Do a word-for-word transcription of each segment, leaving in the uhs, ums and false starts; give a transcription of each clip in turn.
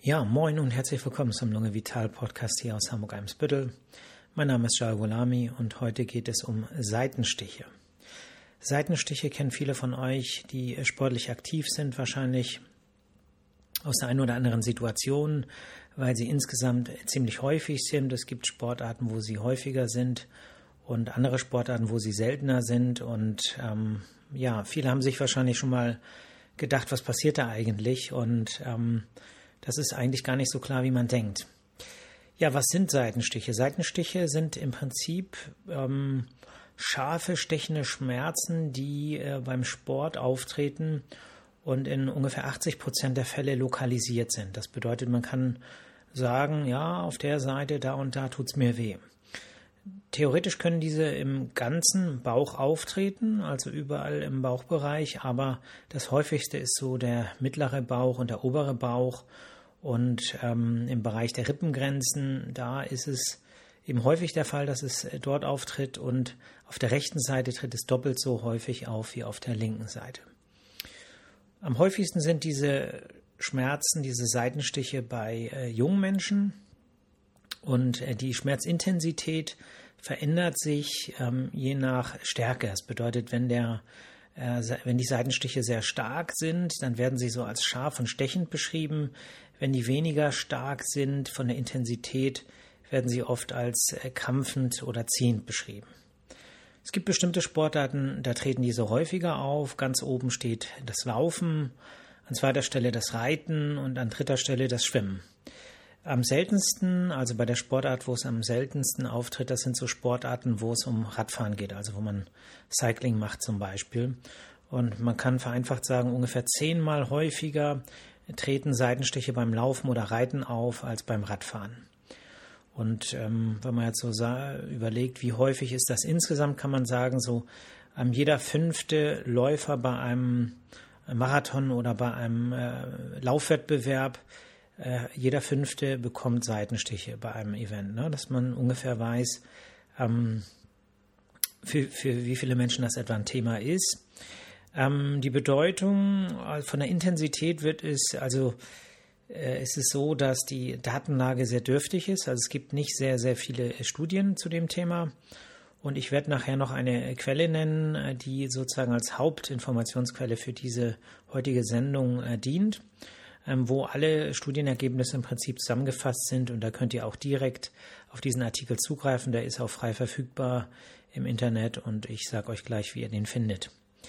Ja, moin und herzlich willkommen zum Lunge Vital Podcast hier aus Hamburg-Eimsbüttel. Mein Name ist Jal Gholami und heute geht es um Seitenstiche. Seitenstiche kennen viele von euch, die sportlich aktiv sind, wahrscheinlich aus der einen oder anderen Situation, weil sie insgesamt ziemlich häufig sind. Es gibt Sportarten, wo sie häufiger sind und andere Sportarten, wo sie seltener sind. Und ähm, ja, viele haben sich wahrscheinlich schon mal gedacht, was passiert da eigentlich? Und ähm, das ist eigentlich gar nicht so klar, wie man denkt. Ja, was sind Seitenstiche? Seitenstiche sind im Prinzip ähm, scharfe, stechende Schmerzen, die äh, beim Sport auftreten und in ungefähr achtzig Prozent der Fälle lokalisiert sind. Das bedeutet, man kann sagen, ja, auf der Seite, da und da tut's mir weh. Theoretisch können diese im ganzen Bauch auftreten, also überall im Bauchbereich, aber das häufigste ist so der mittlere Bauch und der obere Bauch. Und ähm, im Bereich der Rippengrenzen, da ist es eben häufig der Fall, dass es dort auftritt, und auf der rechten Seite tritt es doppelt so häufig auf wie auf der linken Seite. Am häufigsten sind diese Schmerzen, diese Seitenstiche bei äh, jungen Menschen, und äh, die Schmerzintensität verändert sich ähm, je nach Stärke. Das bedeutet, wenn der äh, wenn die Seitenstiche sehr stark sind, dann werden sie so als scharf und stechend beschrieben. Wenn die weniger stark sind von der Intensität, werden sie oft als äh, krampfend oder ziehend beschrieben. Es gibt bestimmte Sportarten, da treten diese häufiger auf. Ganz oben steht das Laufen, an zweiter Stelle das Reiten und an dritter Stelle das Schwimmen. Am seltensten, also bei der Sportart, wo es am seltensten auftritt, das sind so Sportarten, wo es um Radfahren geht, also wo man Cycling macht zum Beispiel. Und man kann vereinfacht sagen, ungefähr zehnmal häufiger treten Seitenstiche beim Laufen oder Reiten auf als beim Radfahren. Und ähm, wenn man jetzt so überlegt, wie häufig ist das insgesamt, kann man sagen, so ähm, jeder fünfte Läufer bei einem Marathon oder bei einem äh, Laufwettbewerb, äh, jeder fünfte bekommt Seitenstiche bei einem Event, ne? Dass man ungefähr weiß, ähm, für, für wie viele Menschen das etwa ein Thema ist. Ähm, die Bedeutung von der Intensität wird es, also äh, es ist so, dass die Datenlage sehr dürftig ist. Also es gibt nicht sehr, sehr viele Studien zu dem Thema. Und ich werde nachher noch eine Quelle nennen, die sozusagen als Hauptinformationsquelle für diese heutige Sendung äh, dient, ähm, wo alle Studienergebnisse im Prinzip zusammengefasst sind. Und da könnt ihr auch direkt auf diesen Artikel zugreifen. Der ist auch frei verfügbar im Internet, und ich sage euch gleich, wie ihr den findet.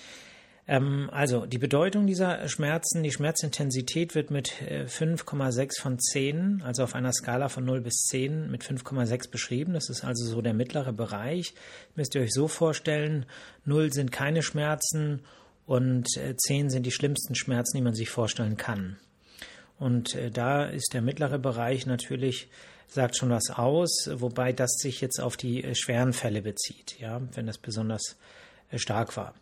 Also die Bedeutung dieser Schmerzen, die Schmerzintensität wird mit fünf Komma sechs von zehn, also auf einer Skala von null bis zehn mit fünf Komma sechs beschrieben. Das ist also so der mittlere Bereich. Müsst ihr euch so vorstellen, null sind keine Schmerzen und zehn sind die schlimmsten Schmerzen, die man sich vorstellen kann. Und da ist der mittlere Bereich natürlich, sagt schon was aus, wobei das sich jetzt auf die schweren Fälle bezieht, ja, wenn das besonders stark war.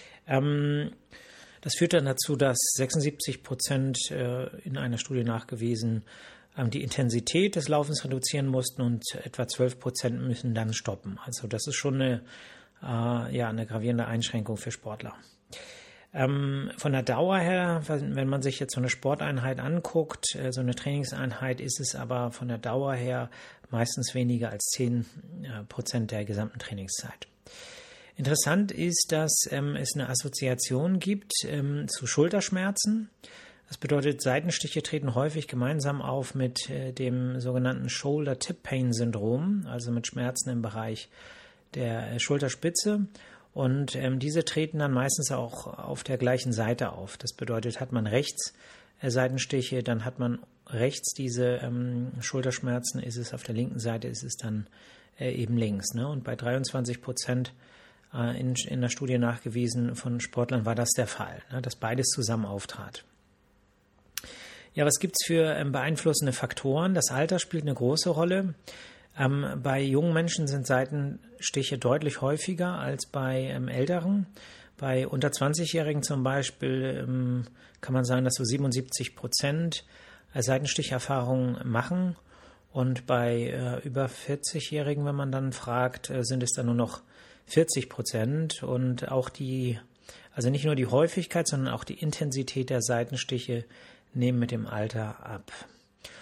Das führt dann dazu, dass sechsundsiebzig Prozent in einer Studie nachgewiesen die Intensität des Laufens reduzieren mussten, und etwa zwölf Prozent müssen dann stoppen. Also das ist schon eine, ja, eine gravierende Einschränkung für Sportler. Von der Dauer her, wenn man sich jetzt so eine Sporteinheit anguckt, so eine Trainingseinheit, ist es aber von der Dauer her meistens weniger als zehn Prozent der gesamten Trainingszeit. Interessant ist, dass ähm, es eine Assoziation gibt ähm, zu Schulterschmerzen. Das bedeutet, Seitenstiche treten häufig gemeinsam auf mit äh, dem sogenannten Shoulder-Tip-Pain-Syndrom, also mit Schmerzen im Bereich der äh, Schulterspitze. Und ähm, diese treten dann meistens auch auf der gleichen Seite auf. Das bedeutet, hat man rechts äh, Seitenstiche, dann hat man rechts diese ähm, Schulterschmerzen, ist es auf der linken Seite, ist es dann äh, eben links, ne? Und bei dreiundzwanzig Prozent In, in der Studie nachgewiesen von Sportlern war das der Fall, ne, dass beides zusammen auftrat. Ja, was gibt's für ähm, beeinflussende Faktoren? Das Alter spielt eine große Rolle. Ähm, bei jungen Menschen sind Seitenstiche deutlich häufiger als bei ähm, Älteren. Bei unter zwanzigjährigen zum Beispiel ähm, kann man sagen, dass so siebenundsiebzig Prozent Seitensticherfahrungen machen. Und bei äh, über vierzigjährigen, wenn man dann fragt, äh, sind es dann nur noch vierzig Prozent, und auch die, also nicht nur die Häufigkeit, sondern auch die Intensität der Seitenstiche nehmen mit dem Alter ab.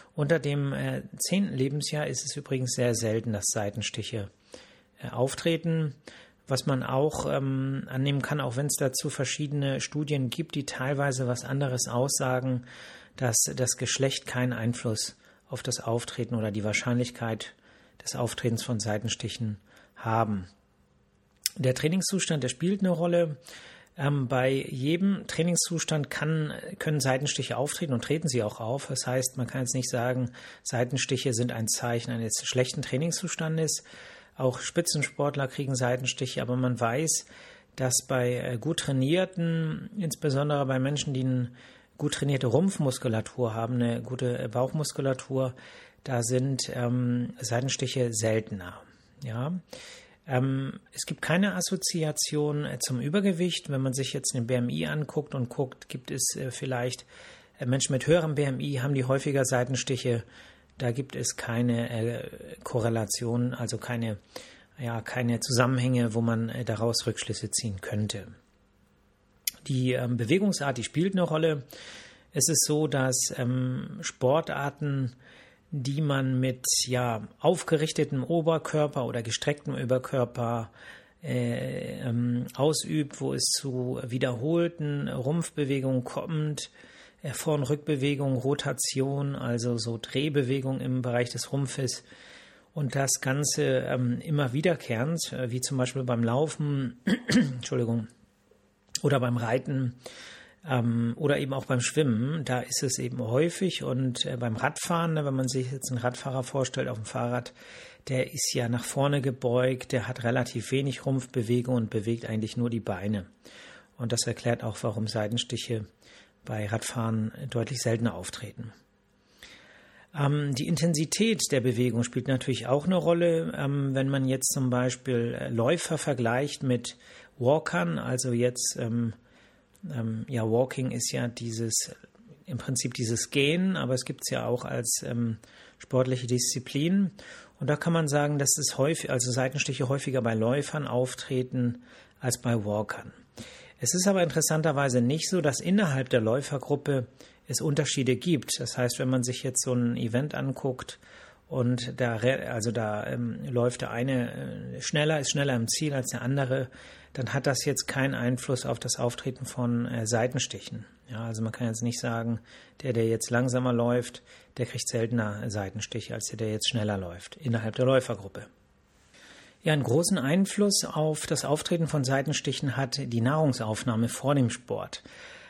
Unter dem äh, zehnten Lebensjahr ist es übrigens sehr selten, dass Seitenstiche äh, auftreten. Was man auch ähm, annehmen kann, auch wenn es dazu verschiedene Studien gibt, die teilweise was anderes aussagen, dass das Geschlecht keinen Einfluss auf das Auftreten oder die Wahrscheinlichkeit des Auftretens von Seitenstichen haben. Der Trainingszustand, der spielt eine Rolle. Ähm, bei jedem Trainingszustand kann, können Seitenstiche auftreten und treten sie auch auf. Das heißt, man kann jetzt nicht sagen, Seitenstiche sind ein Zeichen eines schlechten Trainingszustandes. Auch Spitzensportler kriegen Seitenstiche, aber man weiß, dass bei äh, gut trainierten, insbesondere bei Menschen, die eine gut trainierte Rumpfmuskulatur haben, eine gute Bauchmuskulatur, da sind ähm, Seitenstiche seltener. Ja. Ähm, es gibt keine Assoziation äh, zum Übergewicht. Wenn man sich jetzt den B M I anguckt und guckt, gibt es äh, vielleicht äh, Menschen mit höherem B M I, haben die häufiger Seitenstiche. Da gibt es keine äh, Korrelation, also keine, ja, keine Zusammenhänge, wo man äh, daraus Rückschlüsse ziehen könnte. Die ähm, Bewegungsart, die spielt eine Rolle. Es ist so, dass ähm, Sportarten, die man mit ja, aufgerichtetem Oberkörper oder gestrecktem Oberkörper äh, ähm, ausübt, wo es zu wiederholten Rumpfbewegungen kommt, äh, Vor- und Rückbewegung, Rotation, also so Drehbewegung im Bereich des Rumpfes und das Ganze ähm, immer wiederkehrend, äh, wie zum Beispiel beim Laufen, Entschuldigung, oder beim Reiten ähm, oder eben auch beim Schwimmen, da ist es eben häufig und äh, beim Radfahren, ne, wenn man sich jetzt einen Radfahrer vorstellt auf dem Fahrrad, der ist ja nach vorne gebeugt, der hat relativ wenig Rumpfbewegung und bewegt eigentlich nur die Beine. Und das erklärt auch, warum Seitenstiche bei Radfahren deutlich seltener auftreten. Ähm, die Intensität der Bewegung spielt natürlich auch eine Rolle. Ähm, wenn man jetzt zum Beispiel äh, Läufer vergleicht mit Walkern, also jetzt, ähm, ähm, ja, Walking ist ja dieses, im Prinzip dieses Gehen, aber es gibt es ja auch als ähm, sportliche Disziplin. Und da kann man sagen, dass es häufig, also Seitenstiche häufiger bei Läufern auftreten als bei Walkern. Es ist aber interessanterweise nicht so, dass innerhalb der Läufergruppe es Unterschiede gibt. Das heißt, wenn man sich jetzt so ein Event anguckt und da, also da ähm, läuft der eine äh, schneller, ist schneller im Ziel als der andere, dann hat das jetzt keinen Einfluss auf das Auftreten von äh, Seitenstichen. Ja, also man kann jetzt nicht sagen, der, der jetzt langsamer läuft, der kriegt seltener Seitenstiche als der, der jetzt schneller läuft, innerhalb der Läufergruppe. Ja, einen großen Einfluss auf das Auftreten von Seitenstichen hat die Nahrungsaufnahme vor dem Sport.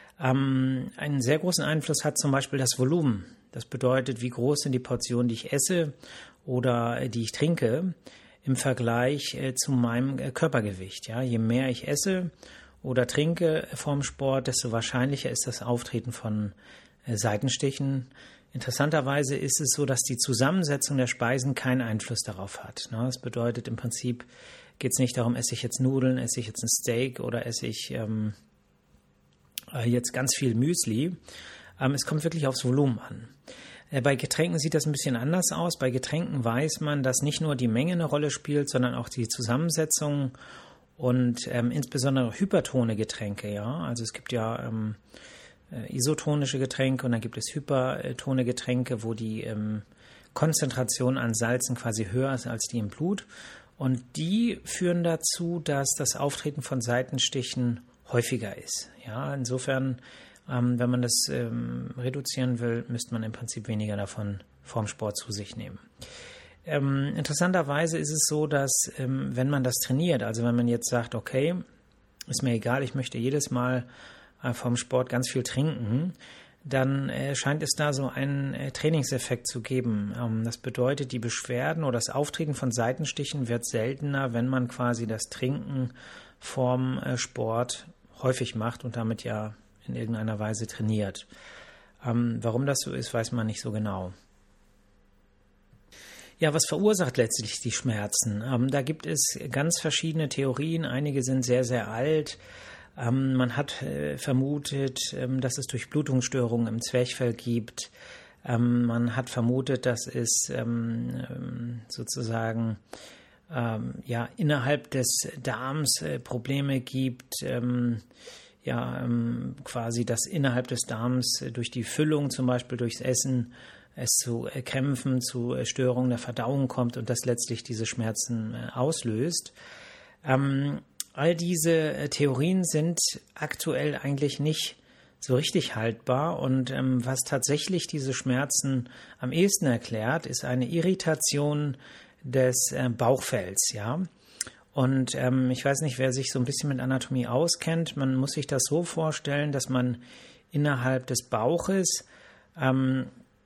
Ähm, einen sehr großen Einfluss hat zum Beispiel das Volumen. Das bedeutet, wie groß sind die Portionen, die ich esse oder die ich trinke, im Vergleich äh, zu meinem äh, Körpergewicht. Ja, je mehr ich esse oder trinke vorm Sport, desto wahrscheinlicher ist das Auftreten von äh, Seitenstichen. Interessanterweise ist es so, dass die Zusammensetzung der Speisen keinen Einfluss darauf hat. Ne? Das bedeutet, im Prinzip geht es nicht darum, esse ich jetzt Nudeln, esse ich jetzt ein Steak oder esse ich ähm, äh, jetzt ganz viel Müsli. Ähm, es kommt wirklich aufs Volumen an. Äh, bei Getränken sieht das ein bisschen anders aus. Bei Getränken weiß man, dass nicht nur die Menge eine Rolle spielt, sondern auch die Zusammensetzung und ähm, insbesondere hypertone Getränke. Ja, also es gibt ja ähm, isotonische Getränke und dann gibt es hypertone Getränke, wo die ähm, Konzentration an Salzen quasi höher ist als die im Blut. Und die führen dazu, dass das Auftreten von Seitenstichen häufiger ist. Ja, insofern, ähm, wenn man das ähm, reduzieren will, müsste man im Prinzip weniger davon vorm Sport zu sich nehmen. Ähm, interessanterweise ist es so, dass ähm, wenn man das trainiert, also wenn man jetzt sagt, okay, ist mir egal, ich möchte jedes Mal vom Sport ganz viel trinken, dann äh, scheint es da so einen äh, Trainingseffekt zu geben. Ähm, das bedeutet, die Beschwerden oder das Auftreten von Seitenstichen wird seltener, wenn man quasi das Trinken vorm äh, Sport häufig macht und damit ja in irgendeiner Weise trainiert. Ähm, warum das so ist, weiß man nicht so genau. Ja, was verursacht letztlich die Schmerzen? Ähm, da gibt es ganz verschiedene Theorien. Einige sind sehr, sehr alt. Ähm, man hat äh, vermutet, ähm, dass es Durchblutungsstörungen im Zwerchfell gibt. Ähm, man hat vermutet, dass es ähm, sozusagen ähm, ja, innerhalb des Darms äh, Probleme gibt, ähm, ja ähm, quasi das innerhalb des Darms äh, durch die Füllung, zum Beispiel durchs Essen, es zu äh, Krämpfen, zu äh, Störungen der Verdauung kommt und das letztlich diese Schmerzen äh, auslöst. Ähm, all diese äh, Theorien sind aktuell eigentlich nicht so richtig haltbar und ähm, was tatsächlich diese Schmerzen am ehesten erklärt, ist eine Irritation des äh, Bauchfells, ja. Und ähm, ich weiß nicht, wer sich so ein bisschen mit Anatomie auskennt, man muss sich das so vorstellen, dass man innerhalb des Bauches ähm,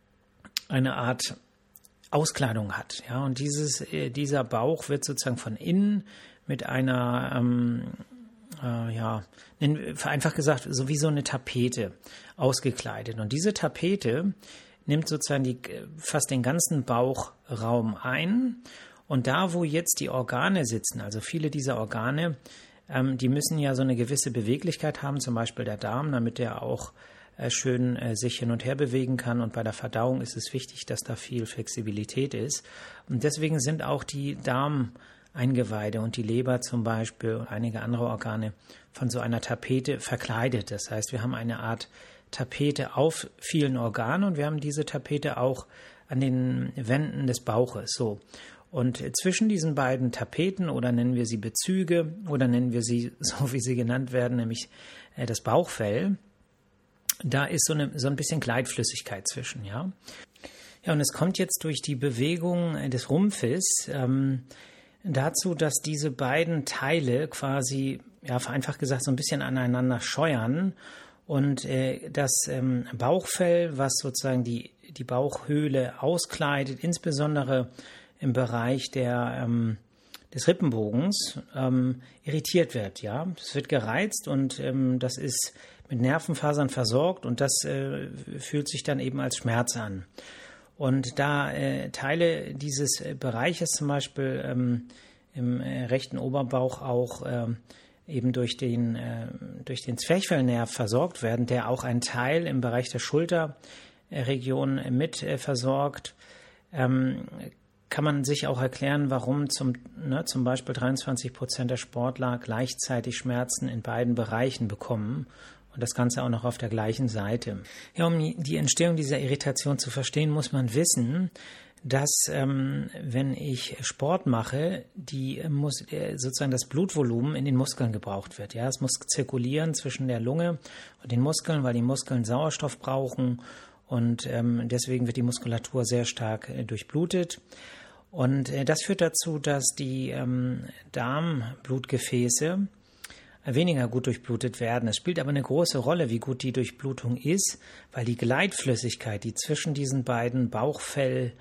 eine Art Auskleidung hat, ja. Und dieses, äh, dieser Bauch wird sozusagen von innen mit einer ähm, Äh, ja, vereinfacht gesagt, so wie so eine Tapete ausgekleidet. Und diese Tapete nimmt sozusagen die, fast den ganzen Bauchraum ein. Und da, wo jetzt die Organe sitzen, also viele dieser Organe, ähm, die müssen ja so eine gewisse Beweglichkeit haben, zum Beispiel der Darm, damit der auch äh, schön äh, sich hin und her bewegen kann. Und bei der Verdauung ist es wichtig, dass da viel Flexibilität ist. Und deswegen sind auch die Darm Eingeweide und die Leber zum Beispiel und einige andere Organe von so einer Tapete verkleidet. Das heißt, wir haben eine Art Tapete auf vielen Organen und wir haben diese Tapete auch an den Wänden des Bauches. So. Und zwischen diesen beiden Tapeten, oder nennen wir sie Bezüge, oder nennen wir sie, so wie sie genannt werden, nämlich äh, das Bauchfell, da ist so, eine, so ein bisschen Gleitflüssigkeit zwischen, ja. Ja, und es kommt jetzt durch die Bewegung des Rumpfes ähm, dazu, dass diese beiden Teile quasi, ja, vereinfacht gesagt, so ein bisschen aneinander scheuern und äh, das ähm, Bauchfell, was sozusagen die, die Bauchhöhle auskleidet, insbesondere im Bereich der, ähm, des Rippenbogens, ähm, irritiert wird, ja. Es wird gereizt und ähm, das ist mit Nervenfasern versorgt und das äh, fühlt sich dann eben als Schmerz an. Und da äh, Teile dieses äh, Bereiches zum Beispiel ähm, im äh, rechten Oberbauch auch äh, eben durch den, äh, durch den Zwerchfellnerv versorgt werden, der auch einen Teil im Bereich der Schulterregion äh, mit äh, versorgt, ähm, kann man sich auch erklären, warum zum, ne, zum Beispiel dreiundzwanzig Prozent der Sportler gleichzeitig Schmerzen in beiden Bereichen bekommen. Und das Ganze auch noch auf der gleichen Seite. Ja, um die Entstehung dieser Irritation zu verstehen, muss man wissen, dass ähm, wenn ich Sport mache, die muss äh, sozusagen das Blutvolumen in den Muskeln gebraucht wird. Ja, es muss zirkulieren zwischen der Lunge und den Muskeln, weil die Muskeln Sauerstoff brauchen und ähm, deswegen wird die Muskulatur sehr stark äh, durchblutet. Und äh, das führt dazu, dass die ähm, Darmblutgefäße weniger gut durchblutet werden. Es spielt aber eine große Rolle, wie gut die Durchblutung ist, weil die Gleitflüssigkeit, die zwischen diesen beiden Bauchfellanteilen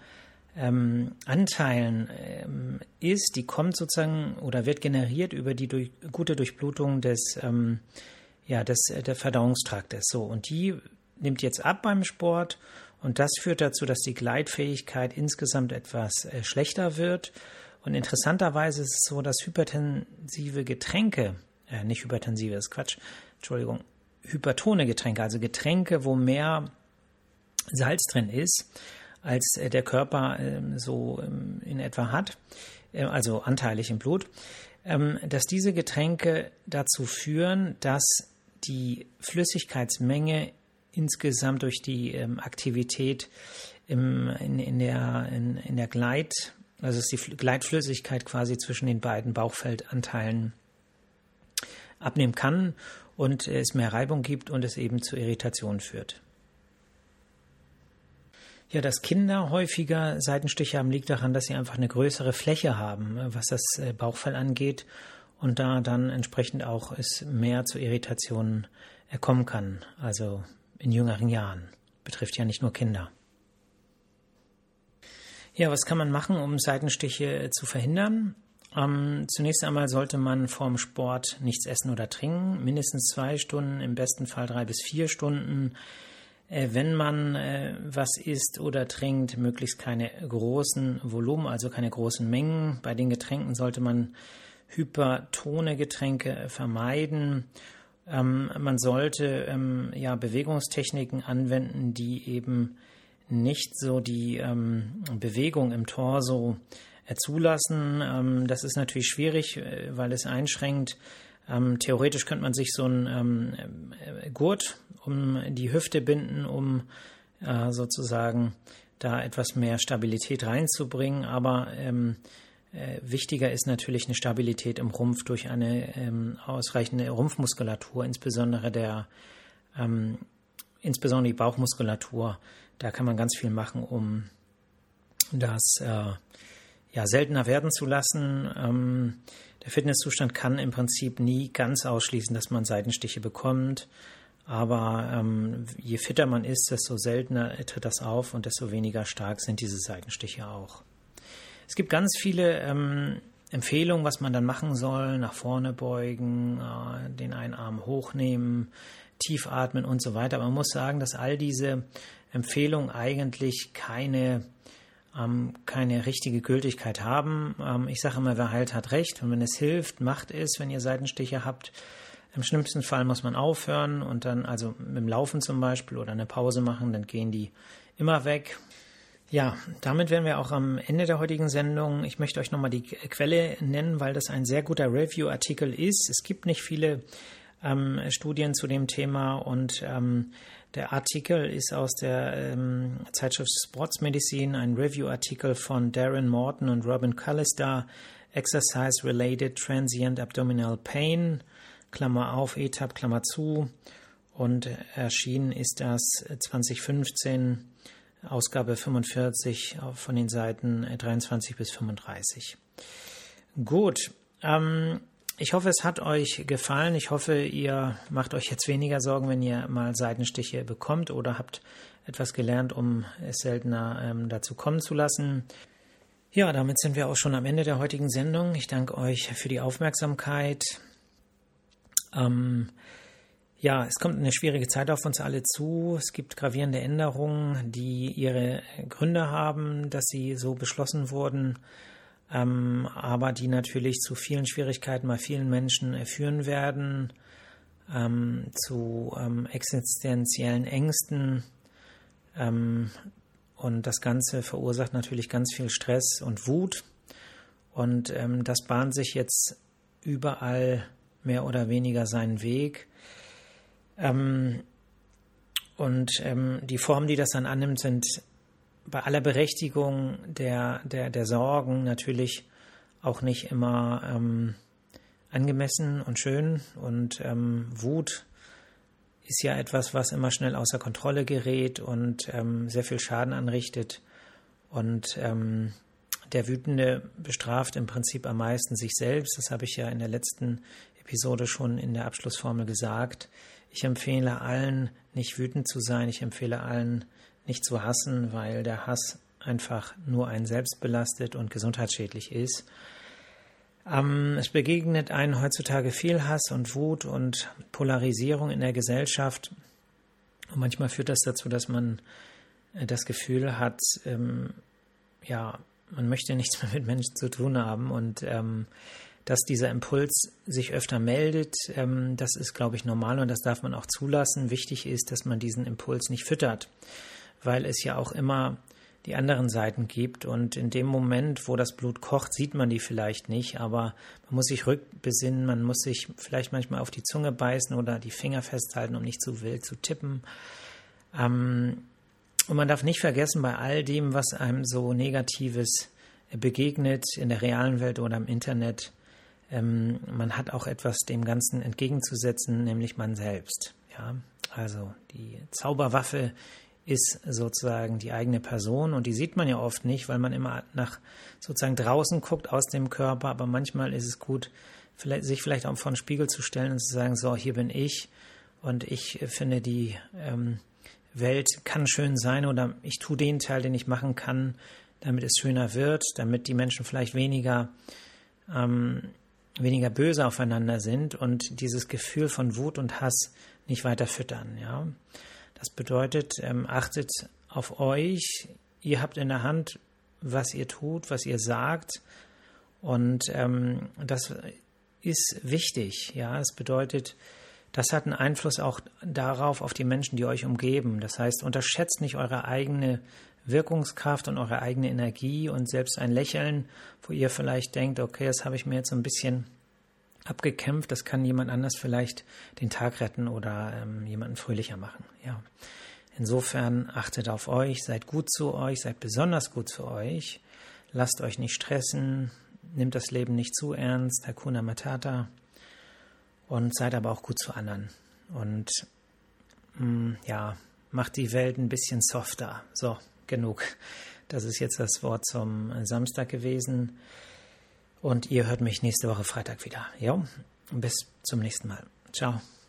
ähm, ähm, ist, die kommt sozusagen oder wird generiert über die durch, gute Durchblutung des, ähm, ja, des der Verdauungstraktes. So, und die nimmt jetzt ab beim Sport und das führt dazu, dass die Gleitfähigkeit insgesamt etwas äh, schlechter wird. Und interessanterweise ist es so, dass hypertensive Getränke Äh, nicht hypertensive, das ist Quatsch, Entschuldigung, hypertone Getränke, also Getränke, wo mehr Salz drin ist, als äh, der Körper äh, so ähm, in etwa hat, äh, also anteilig im Blut, ähm, dass diese Getränke dazu führen, dass die Flüssigkeitsmenge insgesamt durch die ähm, Aktivität im, in, in, der, in, in der Gleit, also ist die Gleitflüssigkeit quasi zwischen den beiden Bauchfeldanteilen abnehmen kann und es mehr Reibung gibt und es eben zu Irritationen führt. Ja, dass Kinder häufiger Seitenstiche haben, liegt daran, dass sie einfach eine größere Fläche haben, was das Bauchfell angeht und da dann entsprechend auch es mehr zu Irritationen kommen kann, also in jüngeren Jahren. Betrifft ja nicht nur Kinder. Ja, was kann man machen, um Seitenstiche zu verhindern? Ähm, zunächst einmal sollte man vorm Sport nichts essen oder trinken, mindestens zwei Stunden, im besten Fall drei bis vier Stunden. Äh, wenn man äh, was isst oder trinkt, möglichst keine großen Volumen, also keine großen Mengen. Bei den Getränken sollte man hypertone Getränke vermeiden. Ähm, man sollte ähm, ja Bewegungstechniken anwenden, die eben nicht so die ähm, Bewegung im Torso zulassen. Das ist natürlich schwierig, weil es einschränkt, Ähm, theoretisch könnte man sich so einen ähm, Gurt um die Hüfte binden, um äh, sozusagen da etwas mehr Stabilität reinzubringen, aber ähm, äh, wichtiger ist natürlich eine Stabilität im Rumpf durch eine ähm, ausreichende Rumpfmuskulatur, insbesondere der ähm, insbesondere die Bauchmuskulatur. Da kann man ganz viel machen, um das äh, ja, seltener werden zu lassen. Ähm, der Fitnesszustand kann im Prinzip nie ganz ausschließen, dass man Seitenstiche bekommt. Aber ähm, je fitter man ist, desto seltener tritt das auf und desto weniger stark sind diese Seitenstiche auch. Es gibt ganz viele ähm, Empfehlungen, was man dann machen soll. Nach vorne beugen, äh, den einen Arm hochnehmen, tief atmen und so weiter. Aber man muss sagen, dass all diese Empfehlungen eigentlich keine, ähm, keine richtige Gültigkeit haben. Ähm, ich sage immer, wer heilt, hat recht. Und wenn es hilft, macht es, wenn ihr Seitenstiche habt. Im schlimmsten Fall muss man aufhören und dann, also mit dem Laufen zum Beispiel oder eine Pause machen, dann gehen die immer weg. Ja, damit wären wir auch am Ende der heutigen Sendung. Ich möchte euch nochmal die Quelle nennen, weil das ein sehr guter Review-Artikel ist. Es gibt nicht viele ähm, Studien zu dem Thema und ähm, der Artikel ist aus der ähm, Zeitschrift Sports Medicine, ein Review-Artikel von Darren Morton und Robin Callister, Exercise-Related Transient Abdominal Pain, Klammer auf, E T A B, Klammer zu, und erschienen ist das zwanzig fünfzehn, Ausgabe fünfundvierzig von den Seiten dreiundzwanzig bis fünfunddreißig. Gut, ähm, ich hoffe, es hat euch gefallen. Ich hoffe, ihr macht euch jetzt weniger Sorgen, wenn ihr mal Seitenstiche bekommt oder habt etwas gelernt, um es seltener ähm, dazu kommen zu lassen. Ja, damit sind wir auch schon am Ende der heutigen Sendung. Ich danke euch für die Aufmerksamkeit. Ähm, ja, es kommt eine schwierige Zeit auf uns alle zu. Es gibt gravierende Änderungen, die ihre Gründe haben, dass sie so beschlossen wurden, ähm, aber die natürlich zu vielen Schwierigkeiten bei vielen Menschen führen werden, ähm, zu ähm, existenziellen Ängsten. Ähm, und das Ganze verursacht natürlich ganz viel Stress und Wut. Und ähm, das bahnt sich jetzt überall mehr oder weniger seinen Weg. Ähm, und ähm, die Formen, die das dann annimmt, sind bei aller Berechtigung der, der, der Sorgen natürlich auch nicht immer ähm, angemessen und schön. Und ähm, Wut ist ja etwas, was immer schnell außer Kontrolle gerät und ähm, sehr viel Schaden anrichtet. Und ähm, der Wütende bestraft im Prinzip am meisten sich selbst. Das habe ich ja in der letzten Episode schon in der Abschlussformel gesagt. Ich empfehle allen, nicht wütend zu sein. Ich empfehle allen, nicht zu hassen, weil der Hass einfach nur einen selbst belastet und gesundheitsschädlich ist. Ähm, es begegnet einen heutzutage viel Hass und Wut und Polarisierung in der Gesellschaft. Und manchmal führt das dazu, dass man äh, das Gefühl hat, ähm, ja, man möchte nichts mehr mit Menschen zu tun haben und ähm, dass dieser Impuls sich öfter meldet, ähm, das ist, glaube ich, normal und das darf man auch zulassen. Wichtig ist, dass man diesen Impuls nicht füttert, weil es ja auch immer die anderen Seiten gibt und in dem Moment, wo das Blut kocht, sieht man die vielleicht nicht, aber man muss sich rückbesinnen, man muss sich vielleicht manchmal auf die Zunge beißen oder die Finger festhalten, um nicht zu wild zu tippen. Ähm, und man darf nicht vergessen, bei all dem, was einem so Negatives begegnet, in der realen Welt oder im Internet, ähm, man hat auch etwas dem Ganzen entgegenzusetzen, nämlich man selbst. Ja? Also die Zauberwaffe ist sozusagen die eigene Person und die sieht man ja oft nicht, weil man immer nach sozusagen draußen guckt aus dem Körper, aber manchmal ist es gut, vielleicht, sich vielleicht auch vor den Spiegel zu stellen und zu sagen, so, hier bin ich und ich finde, die ähm, Welt kann schön sein oder ich tue den Teil, den ich machen kann, damit es schöner wird, damit die Menschen vielleicht weniger ähm, weniger böse aufeinander sind und dieses Gefühl von Wut und Hass nicht weiter füttern, ja. Das bedeutet, ähm, achtet auf euch. Ihr habt in der Hand, was ihr tut, was ihr sagt. Und ähm, das ist wichtig. Ja, das bedeutet, das hat einen Einfluss auch darauf, auf die Menschen, die euch umgeben. Das heißt, unterschätzt nicht eure eigene Wirkungskraft und eure eigene Energie und selbst ein Lächeln, wo ihr vielleicht denkt, okay, das habe ich mir jetzt so ein bisschen abgekämpft. Das kann jemand anders vielleicht den Tag retten oder ähm, jemanden fröhlicher machen. Ja. Insofern achtet auf euch, seid gut zu euch, seid besonders gut zu euch. Lasst euch nicht stressen, nehmt das Leben nicht zu ernst, Hakuna Matata, und seid aber auch gut zu anderen. Und mh, ja, macht die Welt ein bisschen softer. So, genug. Das ist jetzt das Wort zum Samstag gewesen. Und ihr hört mich nächste Woche Freitag wieder. Ja, bis zum nächsten Mal. Ciao.